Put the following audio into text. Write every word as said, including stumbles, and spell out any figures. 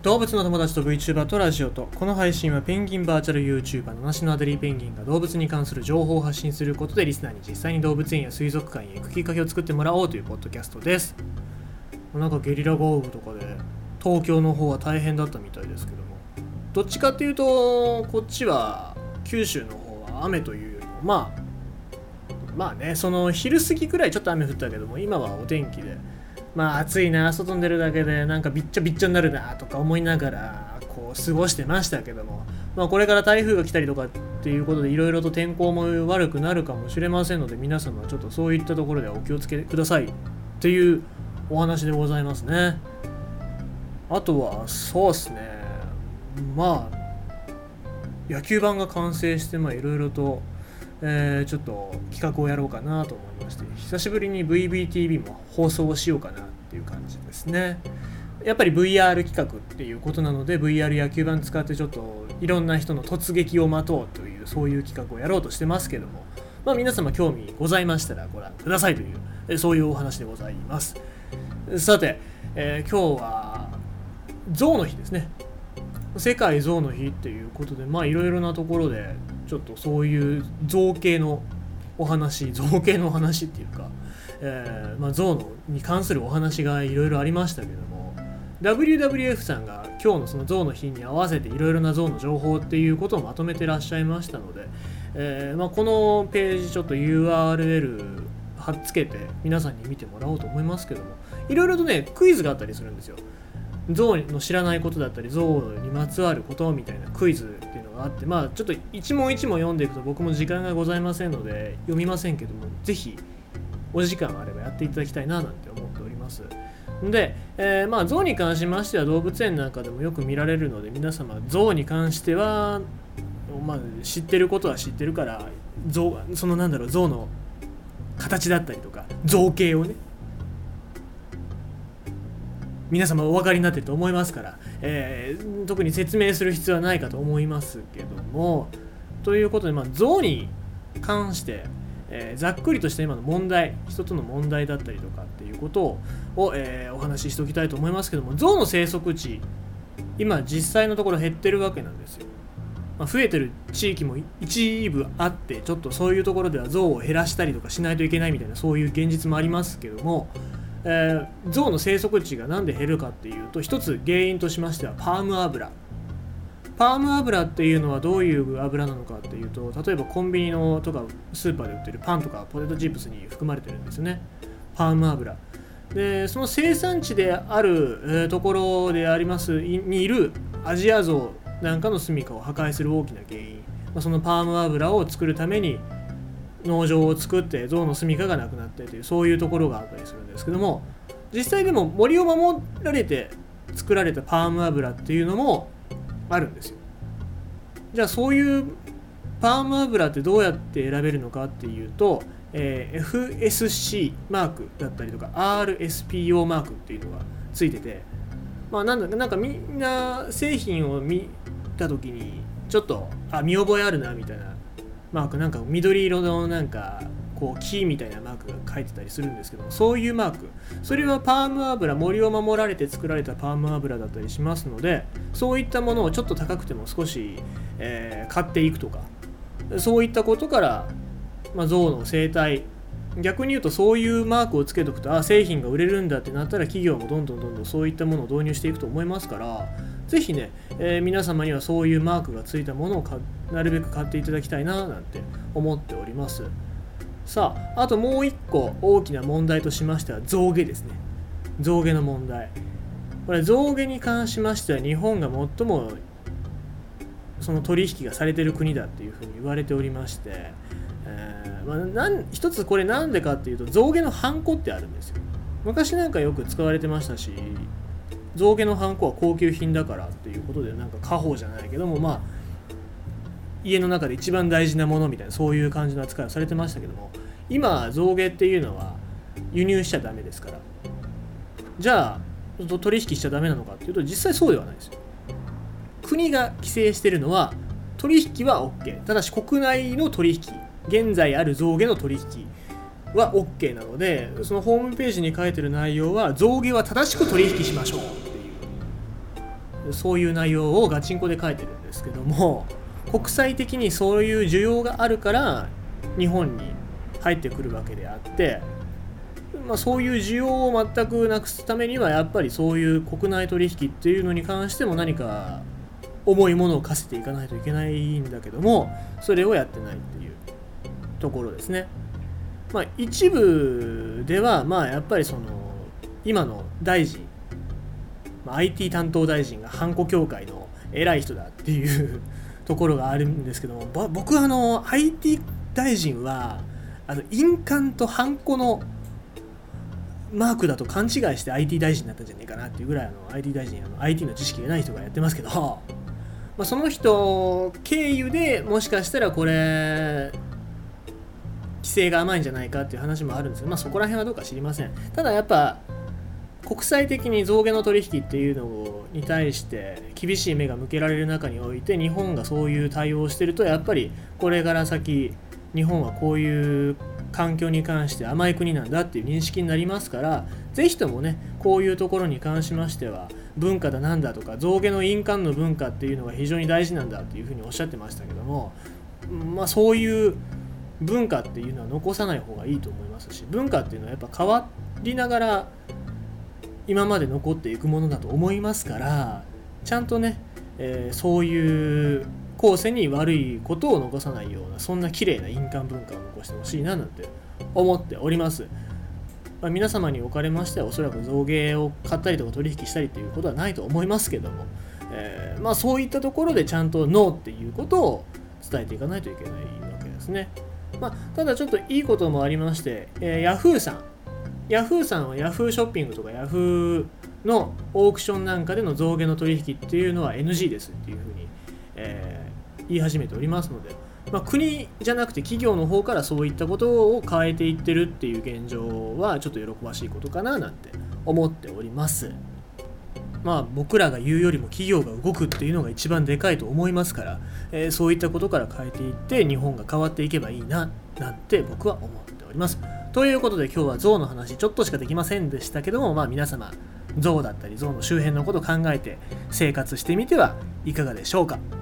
動物の友達と VTuber とラジオと、この配信はペンギンバーチャル YouTuber の梨のアデリーペンギンが動物に関する情報を発信することでリスナーに実際に動物園や水族館へ行くきっかけを作ってもらおうというポッドキャストです。なんかゲリラ豪雨とかで東京の方は大変だったみたいですけども、どっちかっていうとこっちは九州の方は雨というよりもまあまあね、その昼過ぎくらいちょっと雨降ったけども、今はお天気でまあ暑いな、外に出るだけでなんかびっちょびっちょになるなとか思いながらこう過ごしてましたけども、まあこれから台風が来たりとかっていうことでいろいろと天候も悪くなるかもしれませんので、皆様はちょっとそういったところでお気をつけくださいっていうお話でございますね。あとはそうですね、まあ野球盤が完成してまあいろいろとえー、ちょっと企画をやろうかなと思いまして、久しぶりに ブイビーティービー も放送をしようかなっていう感じですね。やっぱり ブイアール 企画っていうことなので ブイアール 野球盤使ってちょっといろんな人の突撃を待とうという、そういう企画をやろうとしてますけども、まあ皆様興味ございましたらご覧くださいという、そういうお話でございます。さて、えー、今日は象の日ですね。世界象の日っていうことで、まあいろいろなところでちょっとそういう象系のお話、象系のお話っていうか、えーまあ、象のに関するお話がいろいろありましたけども、 ダブリューダブリューエフ さんが今日のその象の日に合わせていろいろな象の情報っていうことをまとめてらっしゃいましたので、えーまあ、このページちょっと ユーアールエル 貼っつけて皆さんに見てもらおうと思いますけども、いろいろとねクイズがあったりするんですよ。象の知らないことだったり象にまつわることみたいなクイズっていうのがあって、まあちょっと一問一問読んでいくと僕も時間がございませんので読みませんけども、ぜひお時間あればやっていただきたいななんて思っております。で、えー、まあ象に関しましては動物園なんかでもよく見られるので、皆様象に関しては、まあ、知ってることは知ってるから、象そのなんだろう象の形だったりとか造形をね皆様お分かりになっていると思いますから、えー、特に説明する必要はないかと思いますけども、ということで、まあ、象に関して、えー、ざっくりとした今の問題、一つの問題だったりとかっていうことを、えー、お話ししておきたいと思いますけども、象の生息地今実際のところ減ってるわけなんですよ。まあ、増えてる地域も一部あって、ちょっとそういうところでは象を減らしたりとかしないといけないみたいな、そういう現実もありますけども、えー、象の生息地がなんで減るかっていうと、一つ原因としましてはパーム油。パーム油っていうのはどういう油なのかっていうと、例えばコンビニのとかスーパーで売ってるパンとかポテトチップスに含まれてるんですよね、パーム油で。その生産地である、えー、ところでありますにいるアジアゾウなんかの住処を破壊する大きな原因、まあ、そのパーム油を作るために農場を作って象の住処がなくなってという、そういうところがあったりするんですけども、実際でも森を守られて作られたパーム油っていうのもあるんですよ。じゃあそういうパーム油ってどうやって選べるのかっていうと、えー、エフエスシー マークだったりとか アールエスピーオー マークっていうのがついてて、まあなんだかなんかみんな製品を見た時にちょっとあ見覚えあるなみたいなマーク、なんか緑色のなんかこう木みたいなマークが書いてたりするんですけども、そういうマーク、それはパーム油、森を守られて作られたパーム油だったりしますので、そういったものをちょっと高くても少し、えー、買っていくとか、そういったことから、まあ、象の生態、逆に言うとそういうマークをつけておくと、あ製品が売れるんだってなったら企業もどんどんどんどんそういったものを導入していくと思いますから、ぜひね、えー、皆様にはそういうマークがついたものをかなるべく買っていただきたいななんて思っております。さあ、あともう一個大きな問題としましては象牙ですね。象牙の問題。これ象牙に関しましては日本が最もその取引がされている国だっていうふうに言われておりまして、えーまあ、なん一つこれなんでかっていうと、象牙のハンコってあるんですよ。昔なんかよく使われてましたし、象牙のハンコは高級品だからっていうことで、なんか家宝じゃないけども、まあ家の中で一番大事なものみたいな、そういう感じの扱いをされてましたけども、今象牙っていうのは輸入しちゃダメですから、じゃあ取引しちゃダメなのかっていうと、実際そうではないですよ。国が規制しているのは取引は OK、 ただし国内の取引、現在ある象牙の取引は OK なので、そのホームページに書いてる内容は象牙は正しく取引しましょうっていう、 そういう内容をガチンコで書いてるんですけども、国際的にそういう需要があるから日本に入ってくるわけであって、まあ、そういう需要を全くなくすためにはやっぱりそういう国内取引っていうのに関しても何か重いものを課せていかないといけないんだけども、それをやってないっていうところですね。まあ、一部ではまあやっぱりその今の大臣、まあ、アイティー 担当大臣がハンコ協会の偉い人だっていうところがあるんですけども、僕はあの アイティー 大臣はあの印鑑とハンコのマークだと勘違いして アイティー 大臣になったんじゃねえかなっていうぐらいあの アイティー 大臣あの アイティー の知識がない人がやってますけど、まあ、その人経由でもしかしたらこれ規制が甘いんじゃないかっていう話もあるんですけど、まあ、そこら辺はどうか知りません。ただやっぱ国際的に象牙の取引っていうのに対して厳しい目が向けられる中において日本がそういう対応をしてると、やっぱりこれから先日本はこういう環境に関して甘い国なんだっていう認識になりますから、ぜひともねこういうところに関しましては文化だなんだとか象牙の印鑑の文化っていうのが非常に大事なんだっていうふうにおっしゃってましたけども、まあそういう文化っていうのは残さない方がいいと思いますし、文化っていうのはやっぱ変わりながら今まで残っていくものだと思いますから、ちゃんとね、えー、そういう後世に悪いことを残さないような、そんな綺麗な印鑑文化を残してほしいななんて思っております。まあ、皆様におかれましてはおそらく象牙を買ったりとか取引したりということはないと思いますけども、えー、まあそういったところでちゃんとノーっていうことを伝えていかないといけないわけですね。まあ、ただちょっといいこともありまして、えー、ヤフーさんヤフーさんはヤフーショッピングとかヤフーのオークションなんかでの象牙の取引っていうのは エヌジー ですっていうふうに、えー、言い始めておりますので、まあ、国じゃなくて企業の方からそういったことを変えていってるっていう現状はちょっと喜ばしいことかななんて思っております。まあ僕らが言うよりも企業が動くっていうのが一番でかいと思いますから、えー、そういったことから変えていって日本が変わっていけばいいななんて僕は思っております。ということで今日は象の話ちょっとしかできませんでしたけども、まあ皆様象だったり象の周辺のことを考えて生活してみてはいかがでしょうか。